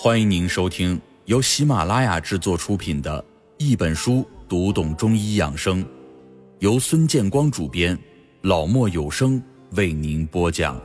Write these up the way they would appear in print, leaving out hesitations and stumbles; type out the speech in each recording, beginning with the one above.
欢迎您收听由喜马拉雅制作出品的一本书读懂中医养生，由孙建光主编，老墨有声为您播讲。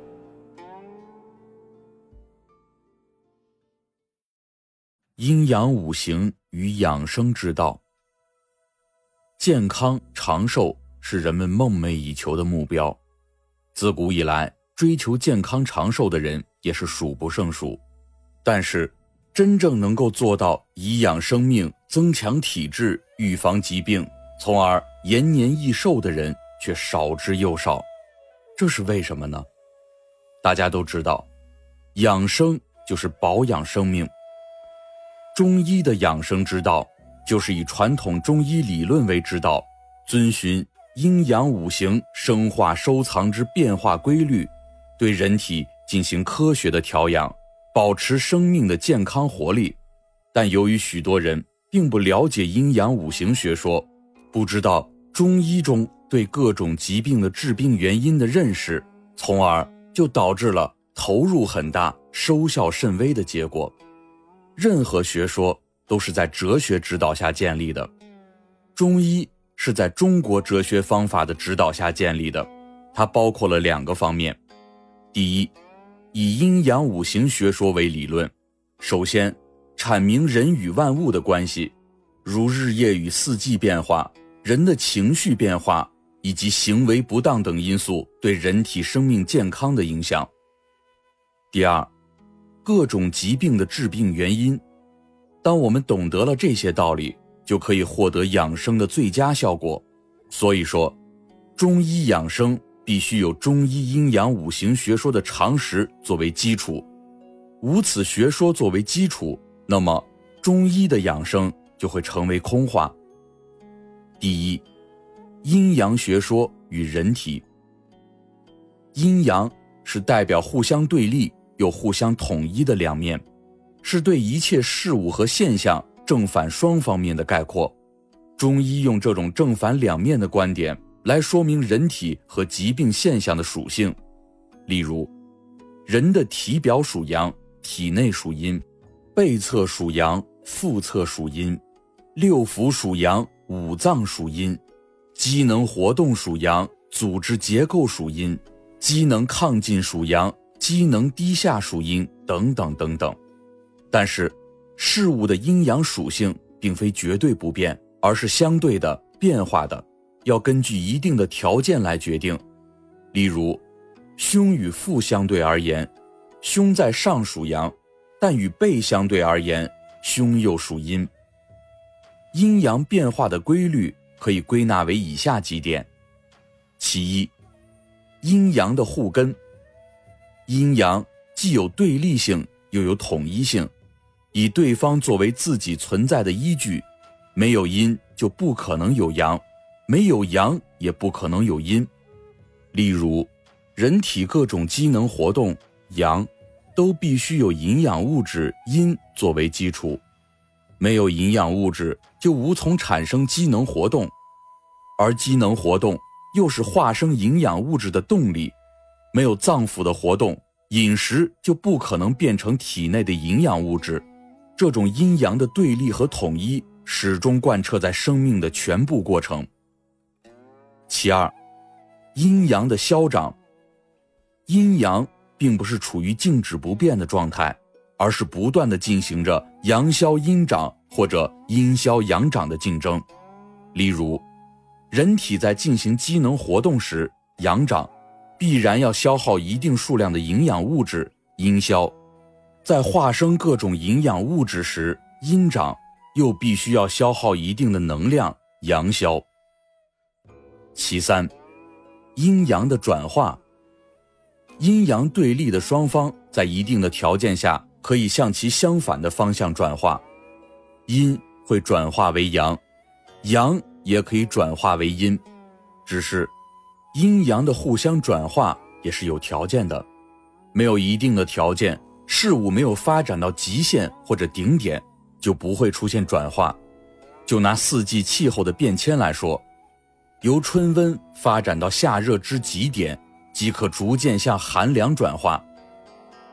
阴阳五行与养生之道。健康长寿是人们梦寐以求的目标，自古以来追求健康长寿的人也是数不胜数，但是真正能够做到颐养生命、增强体质、预防疾病，从而延年益寿的人却少之又少。这是为什么呢？大家都知道，养生就是保养生命。中医的养生之道就是以传统中医理论为指导，遵循阴阳五行生化收藏之变化规律，对人体进行科学的调养，保持生命的健康活力。但由于许多人并不了解阴阳五行学说，不知道中医中对各种疾病的致病原因的认识，从而就导致了投入很大、收效甚微的结果。任何学说都是在哲学指导下建立的，中医是在中国哲学方法的指导下建立的，它包括了两个方面。第一，以阴阳五行学说为理论，首先阐明人与万物的关系，如日夜与四季变化、人的情绪变化以及行为不当等因素对人体生命健康的影响。第二，各种疾病的致病原因。当我们懂得了这些道理，就可以获得养生的最佳效果。所以说，中医养生必须有中医阴阳五行学说的常识作为基础，无此学说作为基础，那么中医的养生就会成为空话。第一，阴阳学说与人体。阴阳是代表互相对立又互相统一的两面，是对一切事物和现象正反双方面的概括。中医用这种正反两面的观点来说明人体和疾病现象的属性。例如，人的体表属阳，体内属阴；背侧属阳，腹侧属阴；六腑属阳，五脏属阴；机能活动属阳，组织结构属阴；机能亢进属阳，机能低下属阴，等等等等。但是事物的阴阳属性并非绝对不变，而是相对的、变化的，要根据一定的条件来决定。例如，胸与腹相对而言，胸在上属阳，但与背相对而言，胸又属阴。阴阳变化的规律可以归纳为以下几点。其一，阴阳的互根。阴阳既有对立性，又有统一性，以对方作为自己存在的依据，没有阴就不可能有阳，没有阳也不可能有阴。例如，人体各种机能活动，阳都必须有营养物质阴作为基础，没有营养物质就无从产生机能活动，而机能活动又是化生营养物质的动力，没有脏腑的活动，饮食就不可能变成体内的营养物质。这种阴阳的对立和统一始终贯彻在生命的全部过程。其二，阴阳的消长。阴阳并不是处于静止不变的状态，而是不断地进行着阳消阴长或者阴消阳长的竞争。例如，人体在进行机能活动时，阳长必然要消耗一定数量的营养物质，阴消；在化生各种营养物质时，阴长又必须要消耗一定的能量，阳消。其三，阴阳的转化。阴阳对立的双方在一定的条件下可以向其相反的方向转化，阴会转化为阳，阳也可以转化为阴，只是阴阳的互相转化也是有条件的，没有一定的条件，事物没有发展到极限或者顶点，就不会出现转化。就拿四季气候的变迁来说，由春温发展到夏热之极点，即可逐渐向寒凉转化。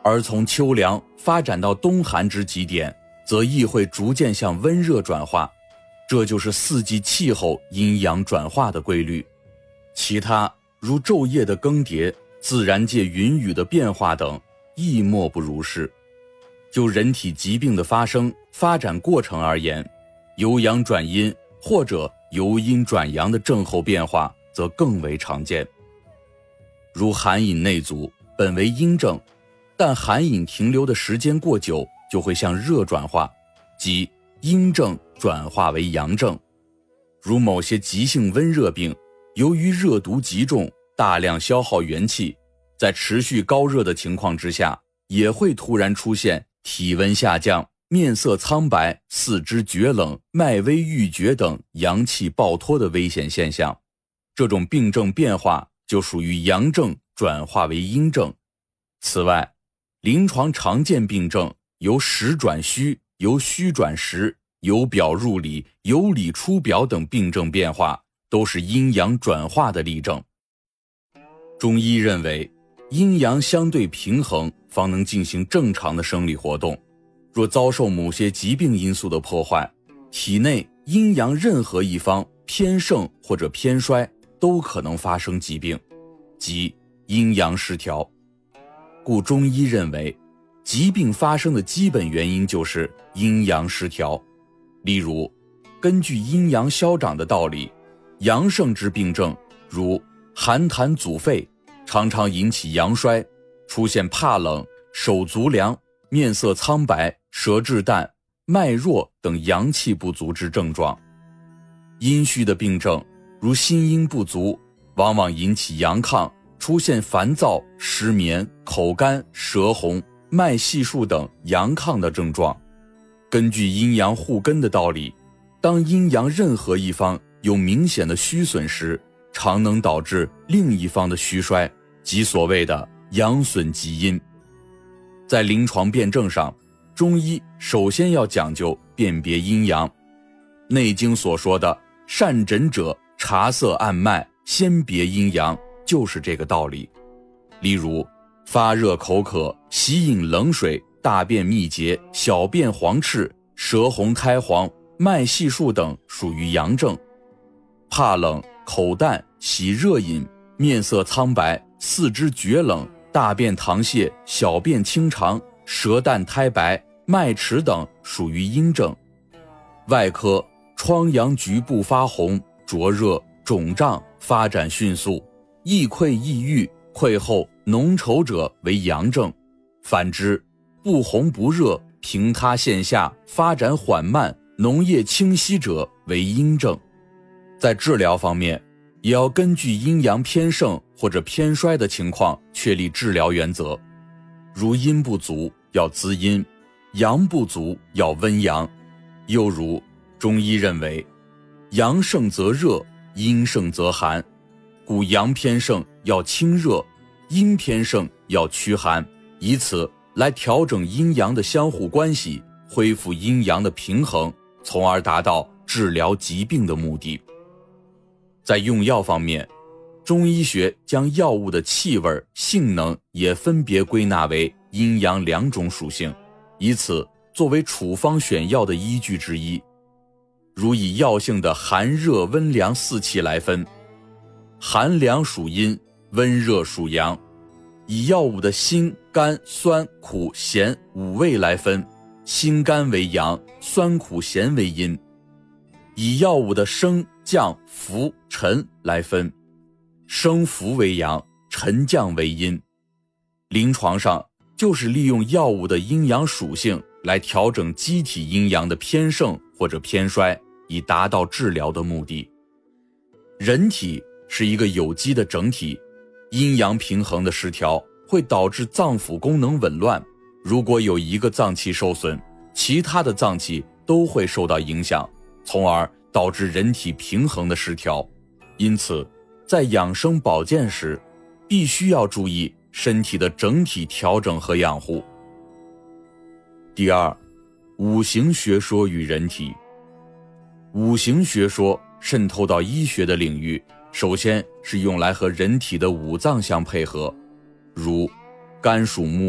而从秋凉发展到冬寒之极点，则亦会逐渐向温热转化，这就是四季气候阴阳转化的规律。其他如昼夜的更迭、自然界云雨的变化等，亦莫不如是。就人体疾病的发生、发展过程而言，由阳转阴或者由阴转阳的症候变化则更为常见。如寒饮内阻本为阴症，但寒饮停留的时间过久，就会向热转化，即阴症转化为阳症。如某些急性温热病，由于热毒极重，大量消耗元气，在持续高热的情况之下，也会突然出现体温下降、面色苍白、四肢厥冷、脉微欲绝等阳气暴脱的危险现象。这种病症变化就属于阳症转化为阴症。此外，临床常见病症由实转虚、由虚转实、由表入里、由里出表等病症变化，都是阴阳转化的例证。中医认为，阴阳相对平衡，方能进行正常的生理活动。若遭受某些疾病因素的破坏，体内阴阳任何一方偏盛或者偏衰，都可能发生疾病，即阴阳失调。故中医认为，疾病发生的基本原因就是阴阳失调。例如，根据阴阳消长的道理，阳盛之病症，如寒痰阻肺，常常引起阳衰，出现怕冷、手足凉、面色苍白、舌质淡、脉弱等阳气不足之症状。阴虚的病症，如心阴不足，往往引起阳亢，出现烦躁、失眠、口干、舌红、脉细数等阳亢的症状。根据阴阳互根的道理，当阴阳任何一方有明显的虚损时，常能导致另一方的虚衰，即所谓的阳损及阴。在临床辨证上，中医首先要讲究辨别阴阳。内经所说的善诊者察色按脉，先别阴阳，就是这个道理。例如，发热口渴、喜饮冷水、大便秘结、小便黄赤、舌红苔黄、脉细数等属于阳症；怕冷、口淡、喜热饮、面色苍白、四肢厥冷、大便溏泻、小便清长、舌淡苔白、脉迟等属于阴症。外科疮疡局部发红、灼热、肿胀、发展迅速、易溃易愈、溃后脓稠者为阳症。反之，不红不热、平塌线下、发展缓慢、脓液清晰者为阴症。在治疗方面，也要根据阴阳偏盛或者偏衰的情况确立治疗原则。如阴不足要滋阴，阳不足要温阳。又如中医认为，阳盛则热，阴盛则寒，故阳偏盛要清热，阴偏盛要驱寒，以此来调整阴阳的相互关系，恢复阴阳的平衡，从而达到治疗疾病的目的。在用药方面，中医学将药物的气味、性能也分别归纳为阴阳两种属性，以此作为处方选药的依据之一。如以药性的寒热温凉四气来分，寒凉属阴，温热属阳；以药物的辛、甘、酸、苦、咸五味来分，辛甘为阳，酸苦咸为阴；以药物的升、降、浮、沉来分，升浮为阳，沉降为阴。临床上就是利用药物的阴阳属性来调整机体阴阳的偏盛或者偏衰，以达到治疗的目的。人体是一个有机的整体，阴阳平衡的失调会导致脏腑功能紊乱，如果有一个脏器受损，其他的脏器都会受到影响，从而导致人体平衡的失调。因此，在养生保健时，必须要注意身体的整体调整和养护。第二，五行学说与人体。五行学说渗透到医学的领域，首先是用来和人体的五脏相配合，如肝属木，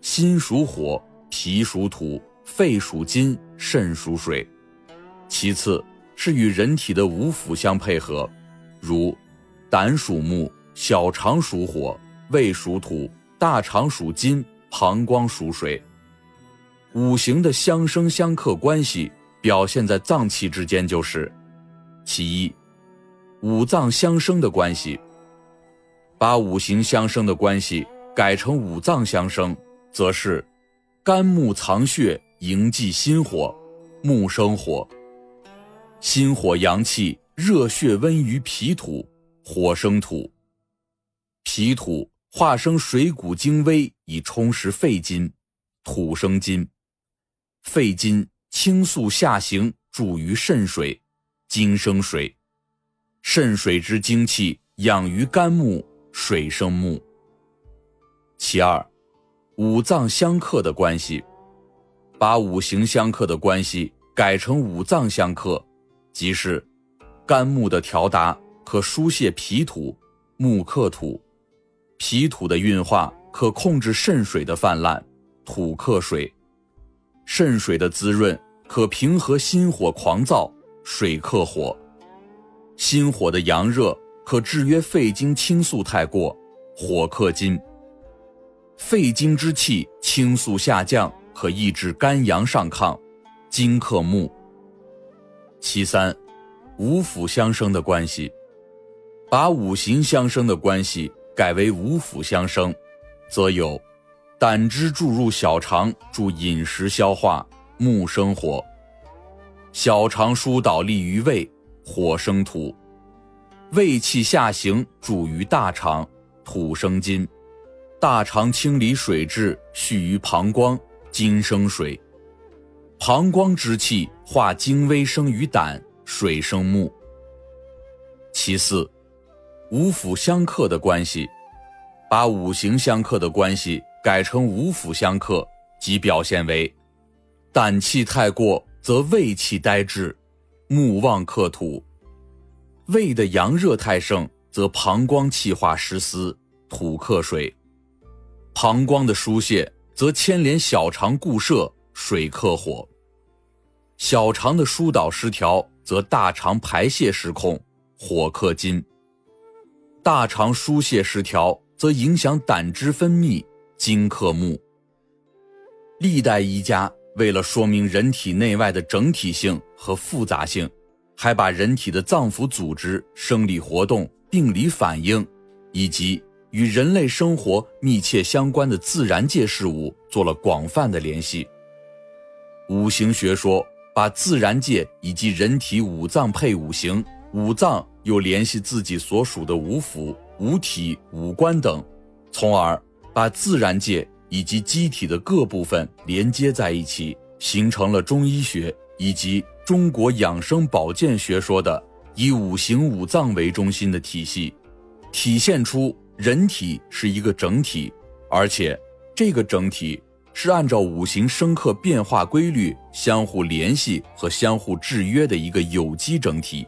心属火，脾属土，肺属金，肾属水。其次是与人体的五腑相配合，如胆属木，小肠属火，胃属土，大肠属金，膀胱属水。五行的相生相克关系表现在脏器之间就是：其一，五脏相生的关系。把五行相生的关系改成五脏相生，则是肝木藏血，营济心火，木生火。心火阳气，热血温于脾土，火生土。脾土化生水谷精微，以充实肺金，土生金。肺金倾诉下行，注于肾水，金生水。肾水之精气养于肝木，水生木。其二，五脏相克的关系。把五行相克的关系改成五脏相克，即是肝木的调达可疏泄脾土，木克土；脾土的运化可控制肾水的泛滥，土克水；肾水的滋润可平和心火狂躁，水克火；心火的阳热可制约肺经倾诉太过，火克金；肺经之气倾诉下降，可抑制肝阳上亢，金克木。其三，五腑相生的关系。把五行相生的关系改为五腑相生，则有胆汁注入小肠，助饮食消化，木生火；小肠疏导利于胃，火生土；胃气下行，注于大肠，土生金；大肠清理水滞，蓄于膀胱，金生水；膀胱之气化精微，生于胆，水生木。其四，五腑相克的关系。把五行相克的关系改成五腑相克，即表现为胆气太过，则胃气呆滞，木旺克土；胃的阳热太盛，则膀胱气化失司，土克水；膀胱的疏泄则牵连小肠固摄，水克火；小肠的疏导失调，则大肠排泄失控，火克金；大肠疏泄失调，则影响胆汁分泌，金克木。历代医家为了说明人体内外的整体性和复杂性，还把人体的脏腑组织、生理活动、病理反应，以及与人类生活密切相关的自然界事物做了广泛的联系。五行学说把自然界以及人体五脏配五行，五脏又联系自己所属的五腑、五体、五官等，从而把自然界以及机体的各部分连接在一起，形成了中医学以及中国养生保健学说的以五行五脏为中心的体系，体现出人体是一个整体，而且这个整体是按照五行生克变化规律相互联系和相互制约的一个有机整体。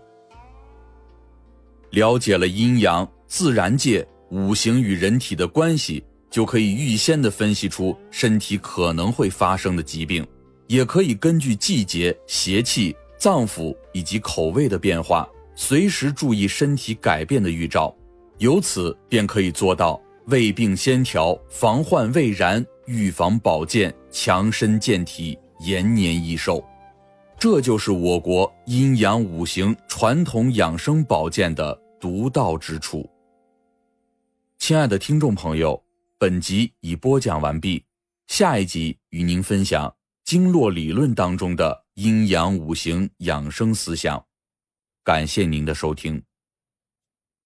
了解了阴阳、自然界、五行与人体的关系，就可以预先地分析出身体可能会发生的疾病，也可以根据季节、邪气、脏腑以及口味的变化，随时注意身体改变的预兆，由此便可以做到未病先调，防患未然，预防保健，强身健体，延年益寿。这就是我国阴阳五行传统养生保健的独到之处。亲爱的听众朋友，本集已播讲完毕，下一集与您分享经络理论当中的阴阳五行养生思想。感谢您的收听。